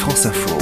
France Info.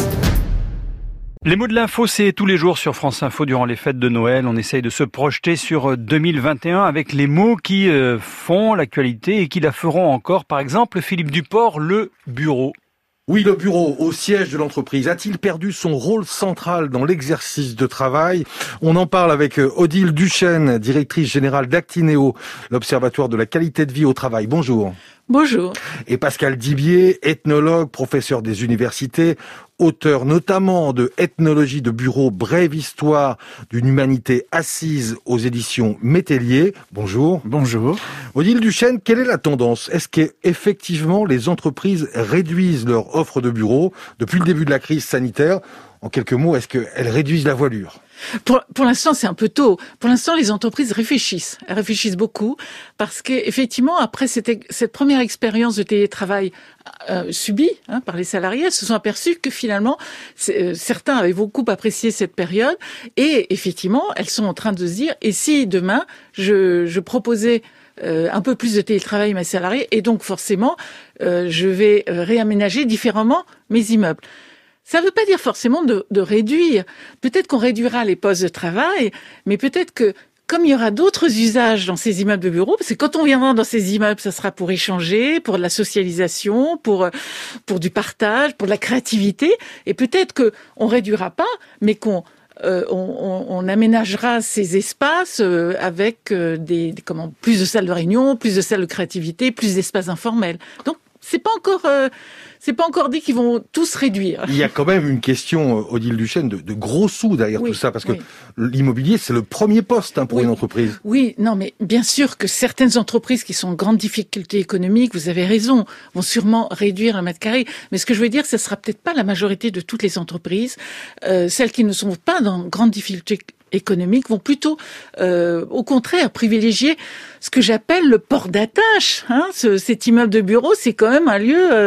Les mots de l'info, c'est tous les jours sur France Info durant les fêtes de Noël. On essaye de se projeter sur 2021 avec les mots qui font l'actualité et qui la feront encore. Par exemple, Philippe Duport, le bureau. Oui, le bureau au siège de l'entreprise a-t-il perdu son rôle central dans l'exercice de travail ? On en parle avec Odile Duchesne, directrice générale d'Actineo, l'Observatoire de la qualité de vie au travail. Bonjour. Bonjour. Et Pascal Dibier, ethnologue, professeur des universités, auteur notamment de Ethnologie de bureau, brève histoire d'une humanité assise aux éditions Métellier. Bonjour. Bonjour. Odile Duchesne, quelle est la tendance ? Est-ce qu'effectivement les entreprises réduisent leur offre de bureau depuis le début de la crise sanitaire ? En quelques mots, est-ce qu'elles réduisent la voilure ? Pour l'instant, c'est un peu tôt. Pour l'instant, les entreprises réfléchissent. Elles réfléchissent beaucoup parce qu'effectivement, après cette première expérience de télétravail subie par les salariés, elles se sont aperçues que finalement, certains avaient beaucoup apprécié cette période et effectivement, elles sont en train de se dire, et si demain, je proposais un peu plus de télétravail à mes salariés et donc forcément, je vais réaménager différemment mes immeubles. Ça ne veut pas dire forcément de réduire. Peut-être qu'on réduira les postes de travail, mais peut-être que comme il y aura d'autres usages dans ces immeubles de bureaux, parce que quand on viendra dans ces immeubles, ça sera pour échanger, pour de la socialisation, pour du partage, pour de la créativité, et peut-être que on réduira pas, mais on aménagera ces espaces avec plus de salles de réunion, plus de salles de créativité, plus d'espaces informels. Donc c'est pas encore dit qu'ils vont tous réduire. Il y a quand même une question, Odile Duchesne, de gros sous derrière tout ça, parce que l'immobilier, c'est le premier poste pour une entreprise. Oui, non, mais bien sûr que certaines entreprises qui sont en grande difficulté économique, vous avez raison, vont sûrement réduire un mètre carré. Mais ce que je veux dire, ce sera peut-être pas la majorité de toutes les entreprises. Celles qui ne sont pas dans grande difficulté économiques vont plutôt, au contraire, privilégier ce que j'appelle le port d'attache. Cet immeuble de bureau, c'est quand même un lieu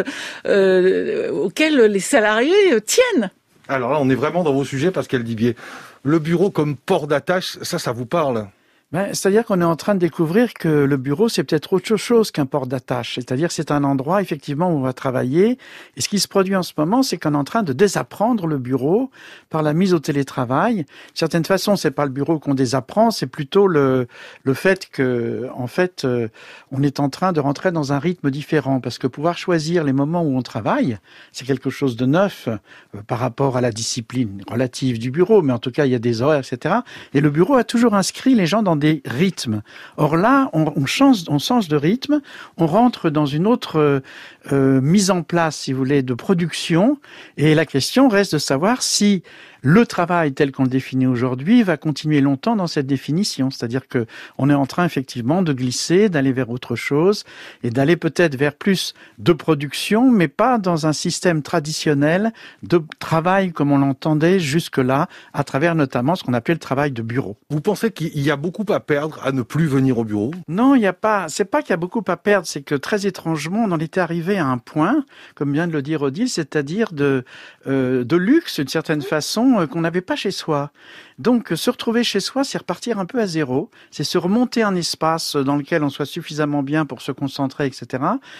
auquel les salariés tiennent. Alors là, on est vraiment dans vos sujets, Pascal Dibier. Le bureau comme port d'attache, ça vous parle ? C'est-à-dire qu'on est en train de découvrir que le bureau, c'est peut-être autre chose qu'un port d'attache. C'est-à-dire c'est un endroit, effectivement, où on va travailler. Et ce qui se produit en ce moment, c'est qu'on est en train de désapprendre le bureau par la mise au télétravail. De certaine façon, c'est pas le bureau qu'on désapprend, c'est plutôt le fait que, en fait, on est en train de rentrer dans un rythme différent. Parce que pouvoir choisir les moments où on travaille, c'est quelque chose de neuf par rapport à la discipline relative du bureau. Mais en tout cas, il y a des horaires, etc. Et le bureau a toujours inscrit les gens dans des rythmes. Or là, on change de rythme, on rentre dans une autre mise en place, si vous voulez, de production, et la question reste de savoir si le travail tel qu'on le définit aujourd'hui va continuer longtemps dans cette définition. C'est-à-dire que on est en train effectivement de glisser, d'aller vers autre chose et d'aller peut-être vers plus de production, mais pas dans un système traditionnel de travail comme on l'entendait jusque-là, à travers notamment ce qu'on appelait le travail de bureau. Vous pensez qu'il y a beaucoup à perdre à ne plus venir au bureau ? Non, il y a pas. C'est pas qu'il y a beaucoup à perdre, c'est que très étrangement, on en était arrivé à un point, comme vient de le dire Odile, c'est-à-dire de luxe, d'une certaine façon, qu'on n'avait pas chez soi. Donc, se retrouver chez soi, c'est repartir un peu à zéro. C'est se remonter un espace dans lequel on soit suffisamment bien pour se concentrer, etc.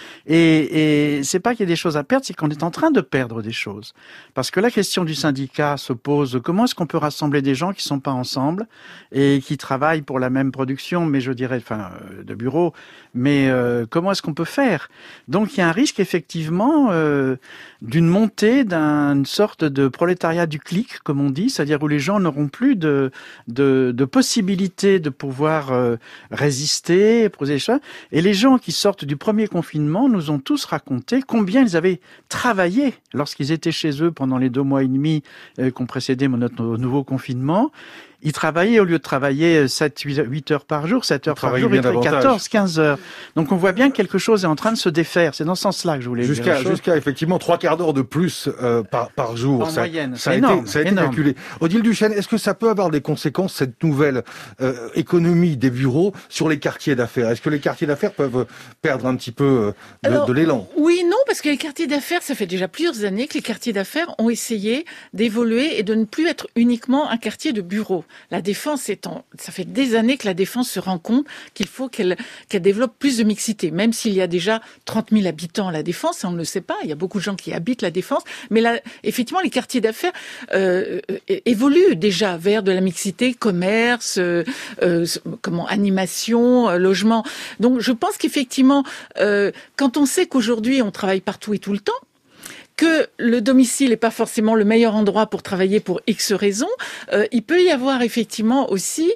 Et c'est pas qu'il y ait des choses à perdre, c'est qu'on est en train de perdre des choses. Parce que la question du syndicat se pose, comment est-ce qu'on peut rassembler des gens qui sont pas ensemble et qui travaillent pour la même production, mais je dirais, de bureau, mais comment est-ce qu'on peut faire ? Donc, il y a un risque, effectivement, d'une montée d'une sorte de prolétariat du clic, comme on dit, c'est-à-dire où les gens n'auront plus de possibilités de pouvoir résister, poser les choses. Et les gens qui sortent du premier confinement nous ont tous raconté combien ils avaient travaillé lorsqu'ils étaient chez eux pendant les 2 mois et demi qu'ont précédé notre nouveau confinement. Ils travaillaient, au lieu de travailler 8 heures par jour, 7 heures par jour, ils travaillaient 14, 15 heures. Donc on voit bien que quelque chose est en train de se défaire. C'est dans ce sens-là que je voulais dire. Jusqu'à effectivement 3/4 d'heure de plus par jour. En moyenne. Ça a été calculé. Odile Duchesne, est-ce que ça peut avoir des conséquences, cette nouvelle économie des bureaux, sur les quartiers d'affaires ? Est-ce que les quartiers d'affaires peuvent perdre un petit peu de l'élan ? Oui, non, parce que les quartiers d'affaires, ça fait déjà plusieurs années que les quartiers d'affaires ont essayé d'évoluer et de ne plus être uniquement un quartier de bureau. La Défense ça fait des années que la Défense se rend compte qu'il faut qu'elle développe plus de mixité, même s'il y a déjà 30 000 habitants à la Défense, on ne le sait pas, il y a beaucoup de gens qui habitent la Défense, mais là, effectivement, les quartiers d'affaires évoluent déjà vers de la mixité, commerce, animation, logement. Donc, je pense qu'effectivement, quand on sait qu'aujourd'hui, on travaille partout et tout le temps, que le domicile n'est pas forcément le meilleur endroit pour travailler pour X raisons, il peut y avoir effectivement aussi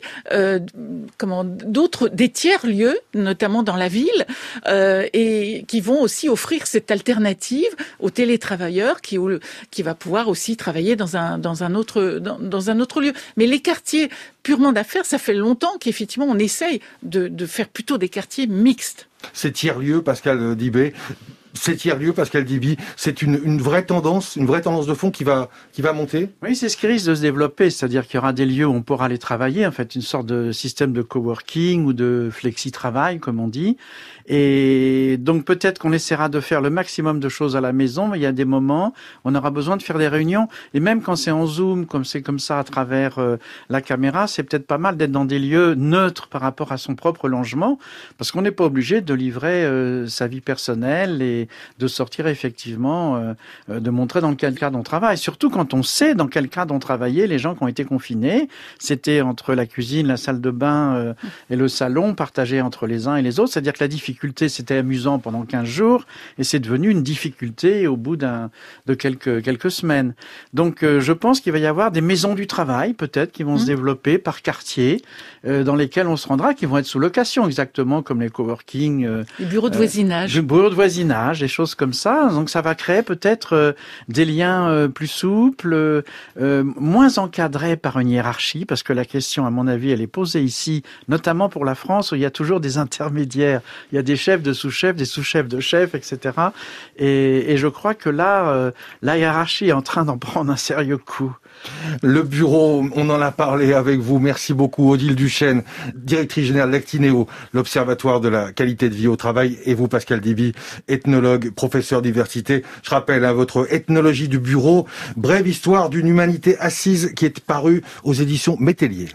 des tiers-lieux, notamment dans la ville, et qui vont aussi offrir cette alternative aux télétravailleurs qui va pouvoir aussi travailler dans un autre lieu. Mais les quartiers purement d'affaires, ça fait longtemps qu'effectivement on essaye de faire plutôt des quartiers mixtes. Ces tiers-lieux, Pascal Dibé, c'est une vraie tendance de fond qui va monter. Oui, c'est ce qui risque de se développer, c'est-à-dire qu'il y aura des lieux où on pourra aller travailler, en fait, une sorte de système de coworking ou de flexi-travail, comme on dit. Et donc peut-être qu'on essaiera de faire le maximum de choses à la maison, mais il y a des moments où on aura besoin de faire des réunions. Et même quand c'est en Zoom, comme c'est comme ça à travers la caméra, c'est peut-être pas mal d'être dans des lieux neutres par rapport à son propre logement, parce qu'on n'est pas obligé de livrer sa vie personnelle et de sortir effectivement, de montrer dans quel cadre on travaille. Surtout quand on sait dans quel cadre on travaillait, les gens qui ont été confinés, c'était entre la cuisine, la salle de bain et le salon, partagé entre les uns et les autres. C'est-à-dire que la difficulté, c'était amusant pendant 15 jours et c'est devenu une difficulté au bout de quelques semaines. Donc je pense qu'il va y avoir des maisons du travail, peut-être, qui vont se développer par quartier, dans lesquels on se rendra, qui vont être sous location, exactement comme les coworking. Les bureaux de voisinage. Les bureaux de voisinage, des choses comme ça. Donc ça va créer peut-être des liens plus souples, moins encadrés par une hiérarchie, parce que la question, à mon avis, elle est posée ici, notamment pour la France, où il y a toujours des intermédiaires. Il y a des chefs de sous-chefs, des sous-chefs de chefs, etc. Et je crois que là, la hiérarchie est en train d'en prendre un sérieux coup. Le bureau, on en a parlé avec vous. Merci beaucoup, Odile Duchesne, directrice générale d'Actineo, l'Observatoire de la qualité de vie au travail, et vous, Pascal Dibé, ethnologue, professeur d'université. Je rappelle votre Ethnologie du bureau, brève histoire d'une humanité assise, qui est parue aux éditions Métellier.